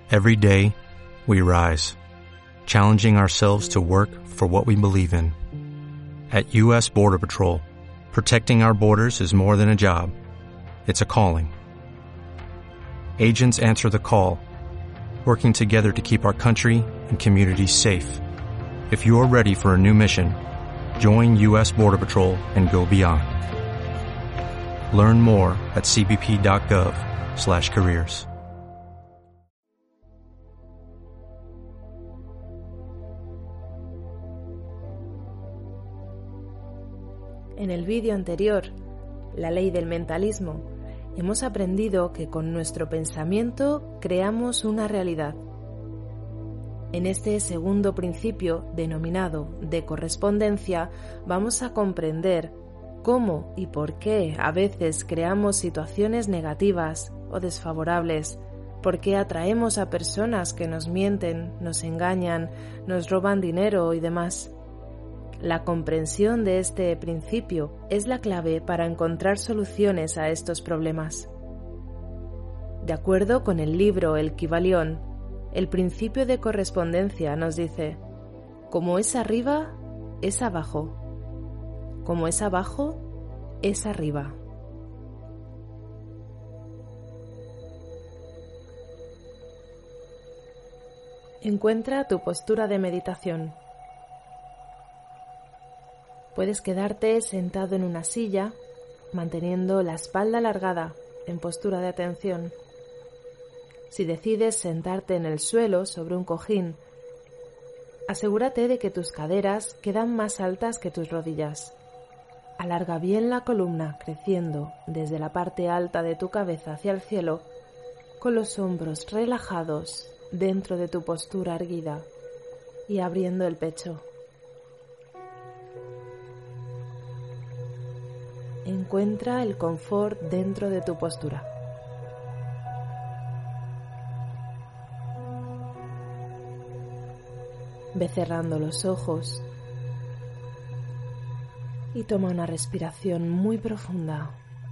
Every day, we rise, challenging ourselves to work for what we believe in. At U.S. Border Patrol, protecting our borders is more than a job. It's a calling. Agents answer the call, working together to keep our country and communities safe. If you are ready for a new mission, join U.S. Border Patrol and go beyond. Learn more at cbp.gov/careers. En el vídeo anterior, La ley del mentalismo, hemos aprendido que con nuestro pensamiento creamos una realidad. En este segundo principio, denominado de correspondencia, vamos a comprender cómo y por qué a veces creamos situaciones negativas o desfavorables, por qué atraemos a personas que nos mienten, nos engañan, nos roban dinero y demás. La comprensión de este principio es la clave para encontrar soluciones a estos problemas. De acuerdo con el libro El Kybalión, el principio de correspondencia nos dice: como es arriba, es abajo. Como es abajo, es arriba. Encuentra tu postura de meditación. Puedes quedarte sentado en una silla, manteniendo la espalda alargada en postura de atención. Si decides sentarte en el suelo sobre un cojín, asegúrate de que tus caderas quedan más altas que tus rodillas. Alarga bien la columna, creciendo desde la parte alta de tu cabeza hacia el cielo, con los hombros relajados dentro de tu postura erguida y abriendo el pecho. Encuentra el confort dentro de tu postura. Ve cerrando los ojos y toma una respiración muy profunda.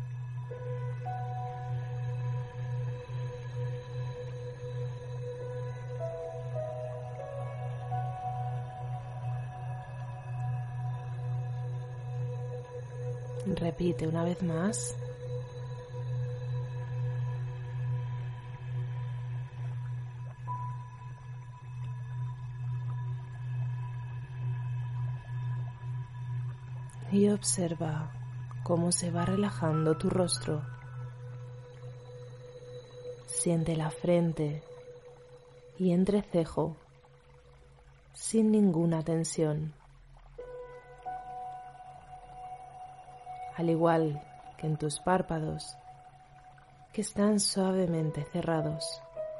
Repite una vez más. Y observa cómo se va relajando tu rostro. Siente la frente y entrecejo sin ninguna tensión. Al igual que en tus párpados, que están suavemente cerrados.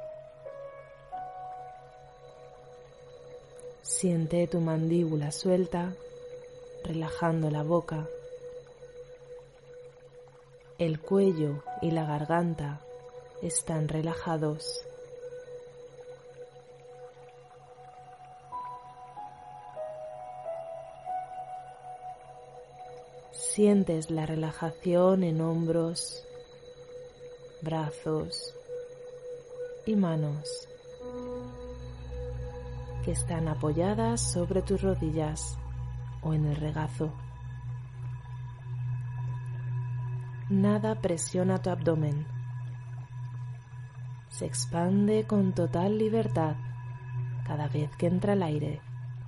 Siente tu mandíbula suelta, relajando la boca. El cuello y la garganta están relajados. Sientes la relajación en hombros, brazos y manos que están apoyadas sobre tus rodillas o en el regazo. Nada presiona tu abdomen. Se expande con total libertad cada vez que entra el aire.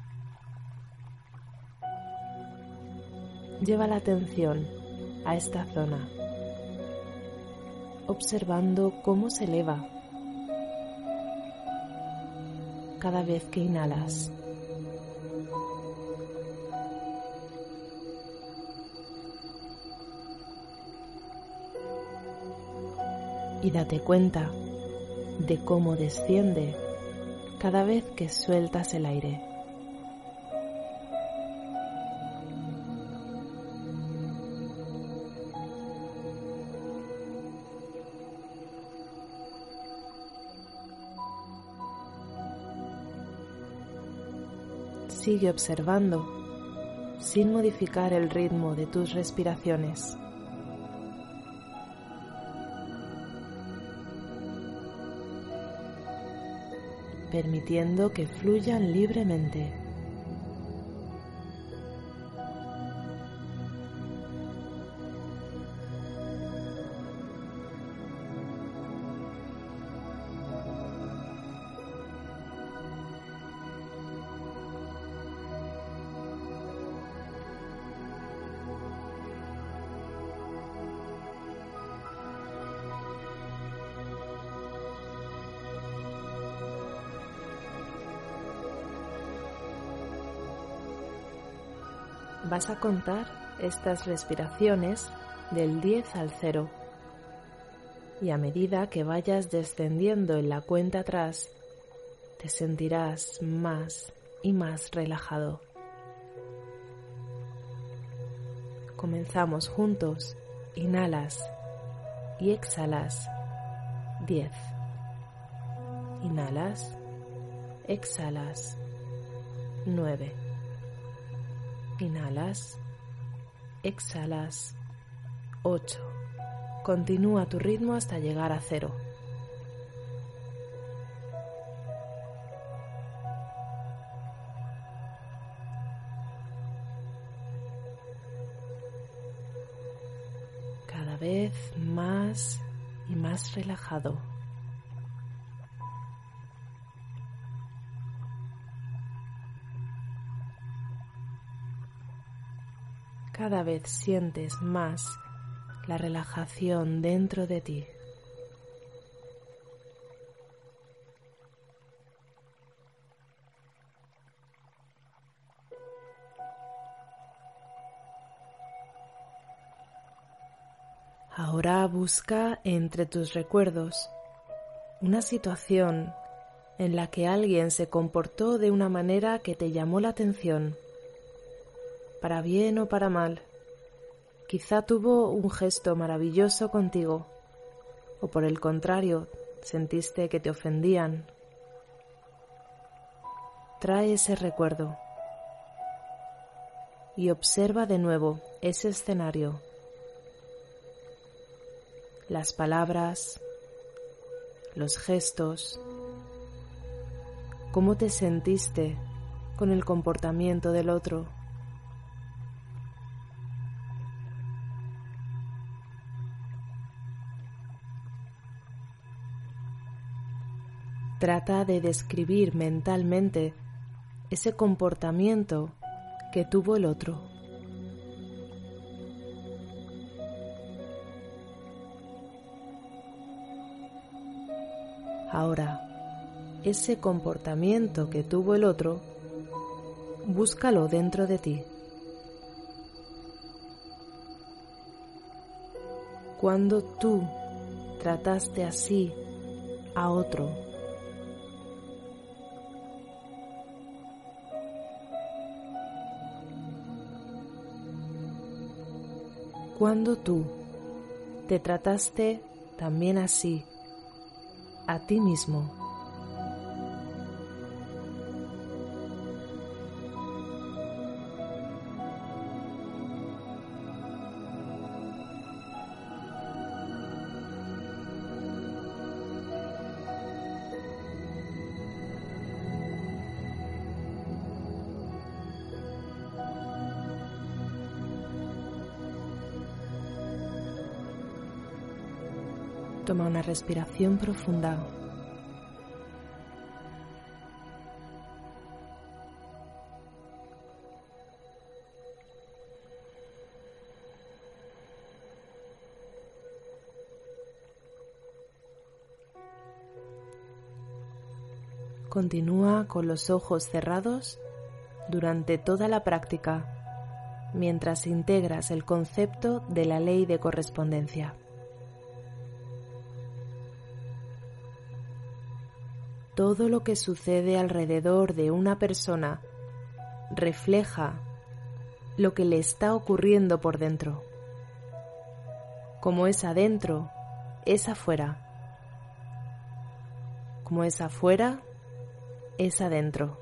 Lleva la atención a esta zona, observando cómo se eleva cada vez que inhalas. Y date cuenta de cómo desciende cada vez que sueltas el aire. Sigue observando sin modificar el ritmo de tus respiraciones. permitiendo que fluyan libremente. Vas a contar estas respiraciones del 10 al 0 y a medida que vayas descendiendo en la cuenta atrás, te sentirás más y más relajado. Comenzamos juntos. Inhalas y exhalas 10. Inhalas, exhalas 9. Inhalas, exhalas 8. Continúa tu ritmo hasta llegar a 0. Cada vez más y más relajado. Cada vez sientes más la relajación dentro de ti. Ahora busca entre tus recuerdos una situación en la que alguien se comportó de una manera que te llamó la atención. Para bien o para mal, quizá tuvo un gesto maravilloso contigo, o por el contrario, sentiste que te ofendían. Trae ese recuerdo y observa de nuevo ese escenario. Las palabras, los gestos, cómo te sentiste con el comportamiento del otro. Trata de describir mentalmente ese comportamiento que tuvo el otro. Ahora, ese comportamiento que tuvo el otro, búscalo dentro de ti. Cuando tú trataste así a otro, cuando tú te trataste también así a ti mismo. Toma una respiración profunda. Continúa con los ojos cerrados durante toda la práctica, mientras integras el concepto de la ley de correspondencia. Todo lo que sucede alrededor de una persona refleja lo que le está ocurriendo por dentro. Como es adentro, es afuera. Como es afuera, es adentro.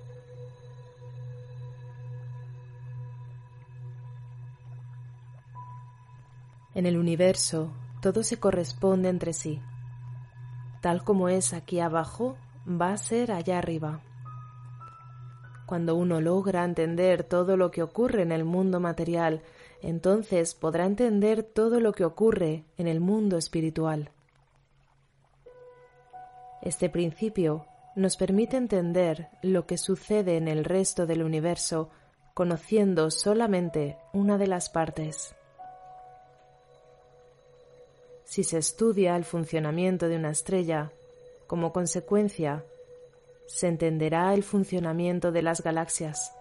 En el universo, todo se corresponde entre sí. Tal como es aquí abajo, va a ser allá arriba. Cuando uno logra entender todo lo que ocurre en el mundo material, entonces podrá entender todo lo que ocurre en el mundo espiritual. Este principio nos permite entender lo que sucede en el resto del universo, conociendo solamente una de las partes. Si se estudia el funcionamiento de una estrella, como consecuencia, se entenderá el funcionamiento de las galaxias.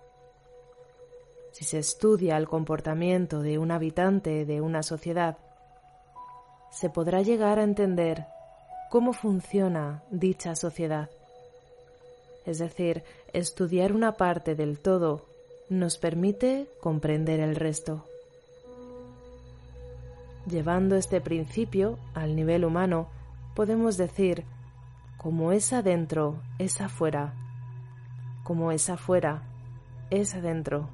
Si se estudia el comportamiento de un habitante de una sociedad, se podrá llegar a entender cómo funciona dicha sociedad. Es decir, estudiar una parte del todo nos permite comprender el resto. Llevando este principio al nivel humano, podemos decir, como es adentro, es afuera. Como es afuera, es adentro.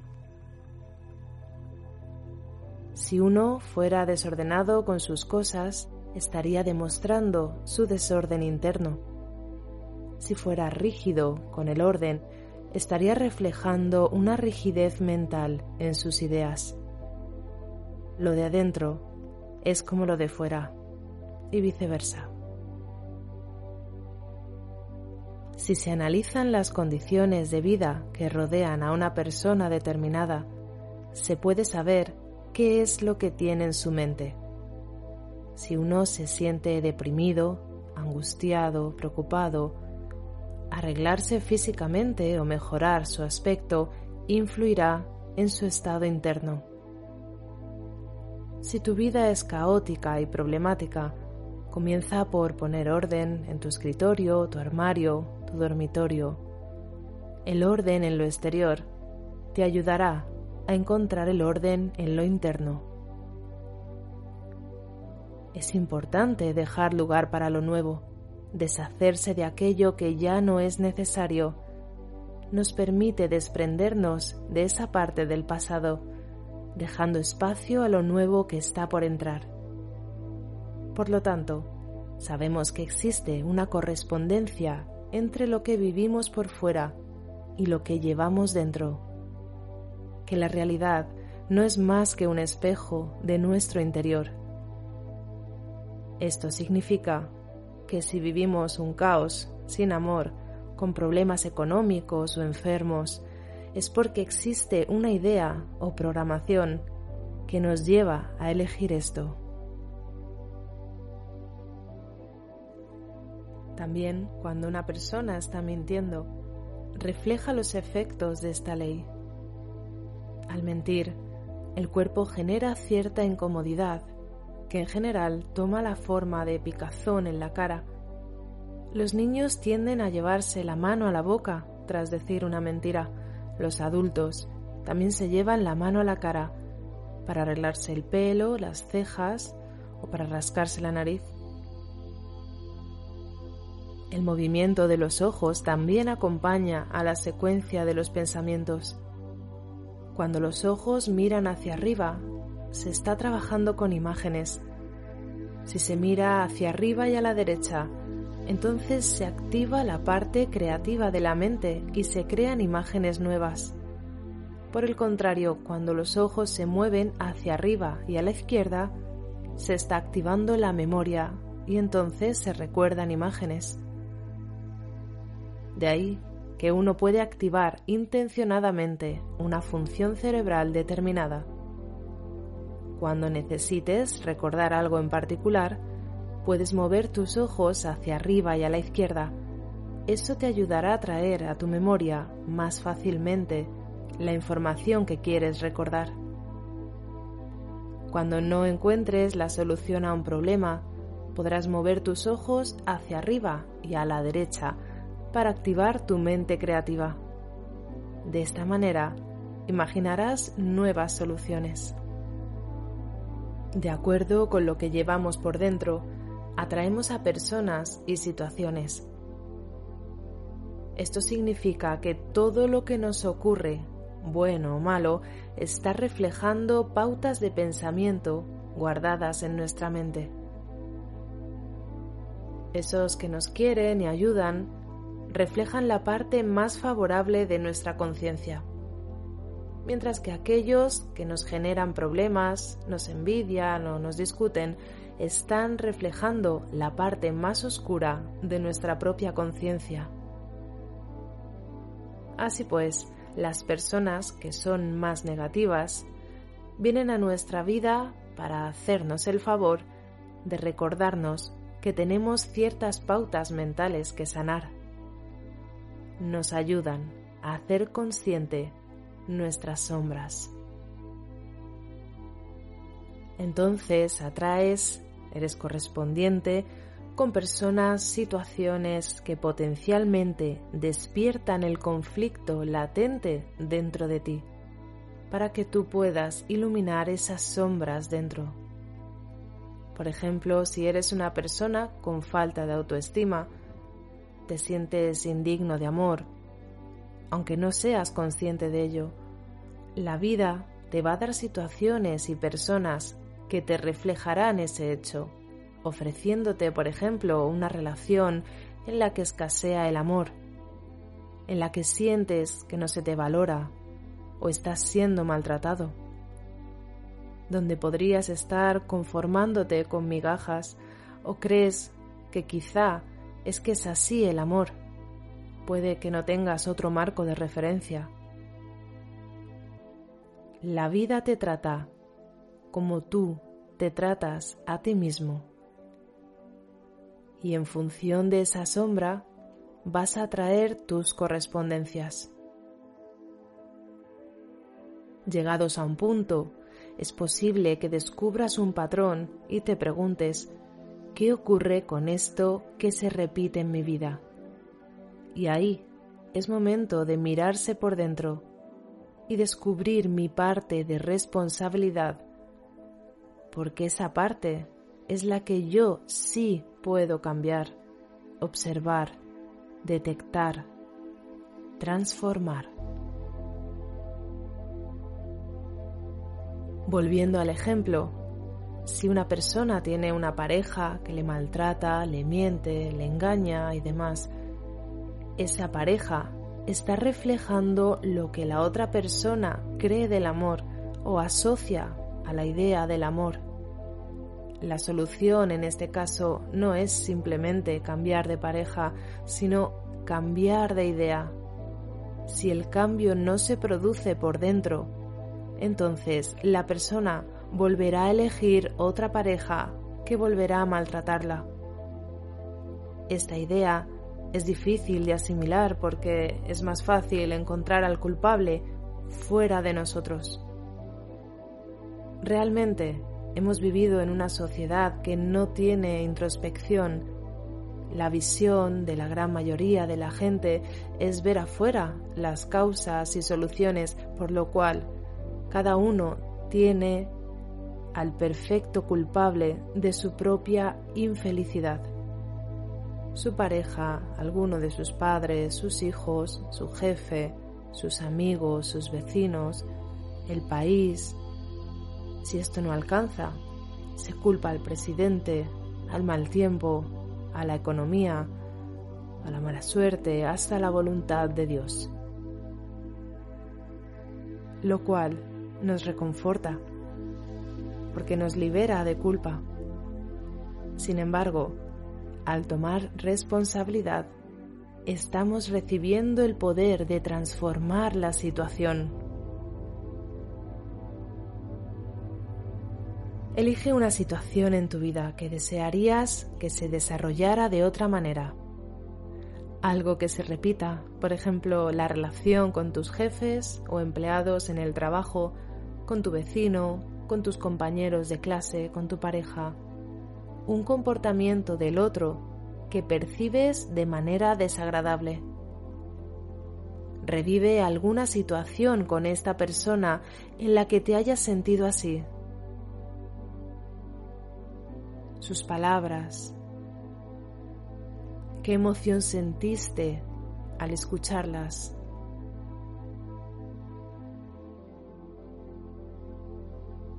Si uno fuera desordenado con sus cosas, estaría demostrando su desorden interno. Si fuera rígido con el orden, estaría reflejando una rigidez mental en sus ideas. Lo de adentro es como lo de fuera, y viceversa. Si se analizan las condiciones de vida que rodean a una persona determinada, se puede saber qué es lo que tiene en su mente. Si uno se siente deprimido, angustiado, preocupado, arreglarse físicamente o mejorar su aspecto influirá en su estado interno. Si tu vida es caótica y problemática, comienza por poner orden en tu escritorio, tu armario, tu dormitorio. El orden en lo exterior te ayudará a encontrar el orden en lo interno. Es importante dejar lugar para lo nuevo, deshacerse de aquello que ya no es necesario. Nos permite desprendernos de esa parte del pasado, dejando espacio a lo nuevo que está por entrar. Por lo tanto, sabemos que existe una correspondencia entre lo que vivimos por fuera y lo que llevamos dentro, que la realidad no es más que un espejo de nuestro interior. Esto significa que si vivimos un caos, sin amor, con problemas económicos o enfermos, es porque existe una idea o programación que nos lleva a elegir esto. También, cuando una persona está mintiendo, refleja los efectos de esta ley. Al mentir, el cuerpo genera cierta incomodidad, que en general toma la forma de picazón en la cara. Los niños tienden a llevarse la mano a la boca tras decir una mentira. Los adultos también se llevan la mano a la cara para arreglarse el pelo, las cejas o para rascarse la nariz. El movimiento de los ojos también acompaña a la secuencia de los pensamientos. Cuando los ojos miran hacia arriba, se está trabajando con imágenes. Si se mira hacia arriba y a la derecha, entonces se activa la parte creativa de la mente y se crean imágenes nuevas. Por el contrario, cuando los ojos se mueven hacia arriba y a la izquierda, se está activando la memoria y entonces se recuerdan imágenes. De ahí que uno puede activar intencionadamente una función cerebral determinada. Cuando necesites recordar algo en particular, puedes mover tus ojos hacia arriba y a la izquierda. Eso te ayudará a traer a tu memoria más fácilmente la información que quieres recordar. Cuando no encuentres la solución a un problema, podrás mover tus ojos hacia arriba y a la derecha para activar tu mente creativa. De esta manera, imaginarás nuevas soluciones. De acuerdo con lo que llevamos por dentro, atraemos a personas y situaciones. Esto significa que todo lo que nos ocurre, bueno o malo, está reflejando pautas de pensamiento guardadas en nuestra mente. Esos que nos quieren y ayudan reflejan la parte más favorable de nuestra conciencia, mientras que aquellos que nos generan problemas, nos envidian o nos discuten, están reflejando la parte más oscura de nuestra propia conciencia. Así pues, las personas que son más negativas vienen a nuestra vida para hacernos el favor de recordarnos que tenemos ciertas pautas mentales que sanar. Nos ayudan a hacer consciente nuestras sombras. Entonces eres correspondiente con personas, situaciones que potencialmente despiertan el conflicto latente dentro de ti, para que tú puedas iluminar esas sombras dentro. Por ejemplo, si eres una persona con falta de autoestima, te sientes indigno de amor, aunque no seas consciente de ello, la vida te va a dar situaciones y personas que te reflejarán ese hecho, ofreciéndote, por ejemplo, una relación en la que escasea el amor, en la que sientes que no se te valora o estás siendo maltratado, donde podrías estar conformándote con migajas o crees que quizá es que es así el amor. Puede que no tengas otro marco de referencia. La vida te trata como tú te tratas a ti mismo. Y en función de esa sombra vas a atraer tus correspondencias. Llegados a un punto, es posible que descubras un patrón y te preguntes, ¿qué ocurre con esto que se repite en mi vida? Y ahí es momento de mirarse por dentro y descubrir mi parte de responsabilidad, porque esa parte es la que yo sí puedo cambiar, observar, detectar, transformar. Volviendo al ejemplo, si una persona tiene una pareja que le maltrata, le miente, le engaña y demás, esa pareja está reflejando lo que la otra persona cree del amor o asocia a la idea del amor. La solución en este caso no es simplemente cambiar de pareja, sino cambiar de idea. Si el cambio no se produce por dentro, entonces la persona volverá a elegir otra pareja que volverá a maltratarla. Esta idea es difícil de asimilar porque es más fácil encontrar al culpable fuera de nosotros. Realmente hemos vivido en una sociedad que no tiene introspección. La visión de la gran mayoría de la gente es ver afuera las causas y soluciones, por lo cual cada uno tiene al perfecto culpable de su propia infelicidad. Su pareja, alguno de sus padres, sus hijos, su jefe, sus amigos, sus vecinos, el país. Si esto no alcanza, se culpa al presidente, al mal tiempo, a la economía, a la mala suerte, hasta la voluntad de Dios. Lo cual nos reconforta, porque nos libera de culpa. Sin embargo, al tomar responsabilidad, estamos recibiendo el poder de transformar la situación. Elige una situación en tu vida que desearías que se desarrollara de otra manera. Algo que se repita, por ejemplo, la relación con tus jefes o empleados en el trabajo, con tu vecino, con tus compañeros de clase, con tu pareja. Un comportamiento del otro que percibes de manera desagradable. Revive alguna situación con esta persona en la que te hayas sentido así. Sus palabras. ¿Qué emoción sentiste al escucharlas?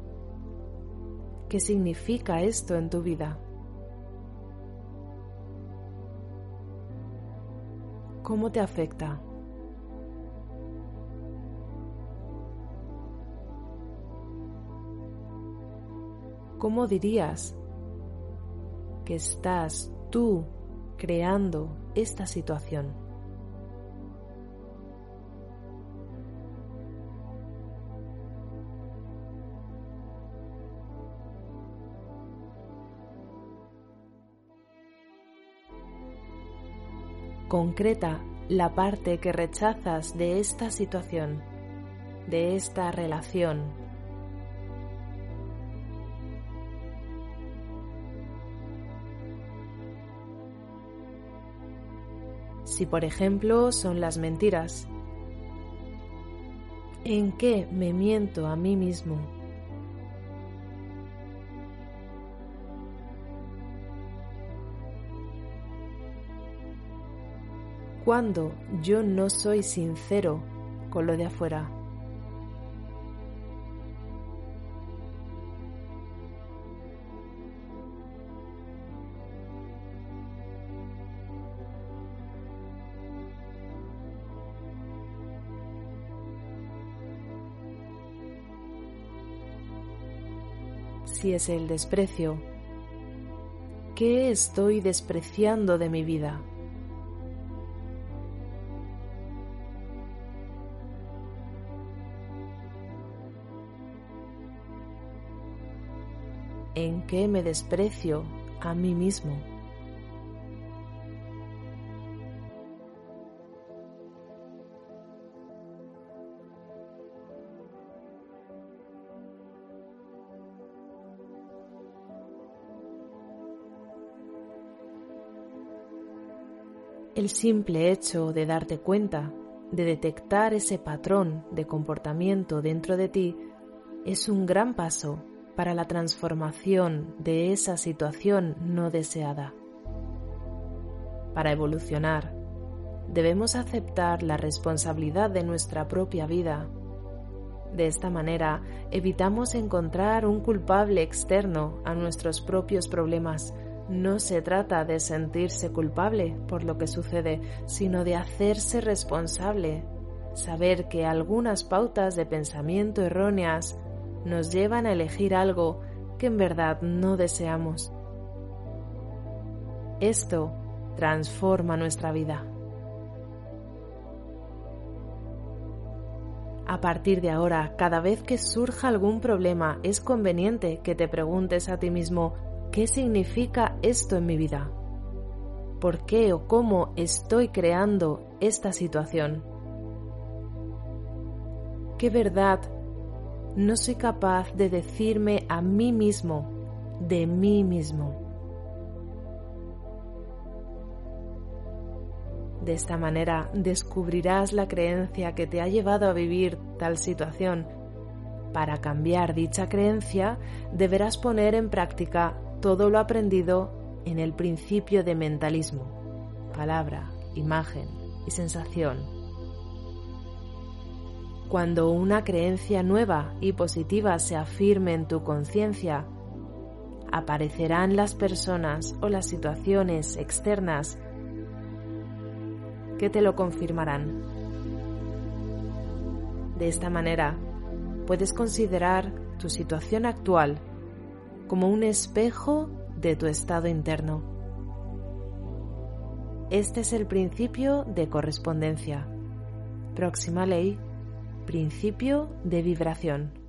¿Qué significa esto en tu vida? ¿Cómo te afecta? ¿Cómo dirías que estás tú creando esta situación? Concreta la parte que rechazas de esta situación, de esta relación. Si por ejemplo son las mentiras, ¿en qué me miento a mí mismo? Cuando yo no soy sincero con lo de afuera. Si es el desprecio, ¿qué estoy despreciando de mi vida? ¿En qué me desprecio a mí mismo? El simple hecho de darte cuenta, de detectar ese patrón de comportamiento dentro de ti, es un gran paso para la transformación de esa situación no deseada. Para evolucionar, debemos aceptar la responsabilidad de nuestra propia vida. De esta manera, evitamos encontrar un culpable externo a nuestros propios problemas. No se trata de sentirse culpable por lo que sucede, sino de hacerse responsable, saber que algunas pautas de pensamiento erróneas nos llevan a elegir algo que en verdad no deseamos. Esto transforma nuestra vida. A partir de ahora, cada vez que surja algún problema, es conveniente que te preguntes a ti mismo: ¿qué significa esto en mi vida? ¿Por qué o cómo estoy creando esta situación? ¿Qué verdad no soy capaz de decirme a mí mismo, de mí mismo? De esta manera descubrirás la creencia que te ha llevado a vivir tal situación. Para cambiar dicha creencia, deberás poner en práctica todo lo aprendido en el principio de mentalismo: palabra, imagen y sensación. Cuando una creencia nueva y positiva se afirme en tu conciencia, aparecerán las personas o las situaciones externas que te lo confirmarán. De esta manera, puedes considerar tu situación actual como un espejo de tu estado interno. Este es el principio de correspondencia. Próxima ley: principio de vibración.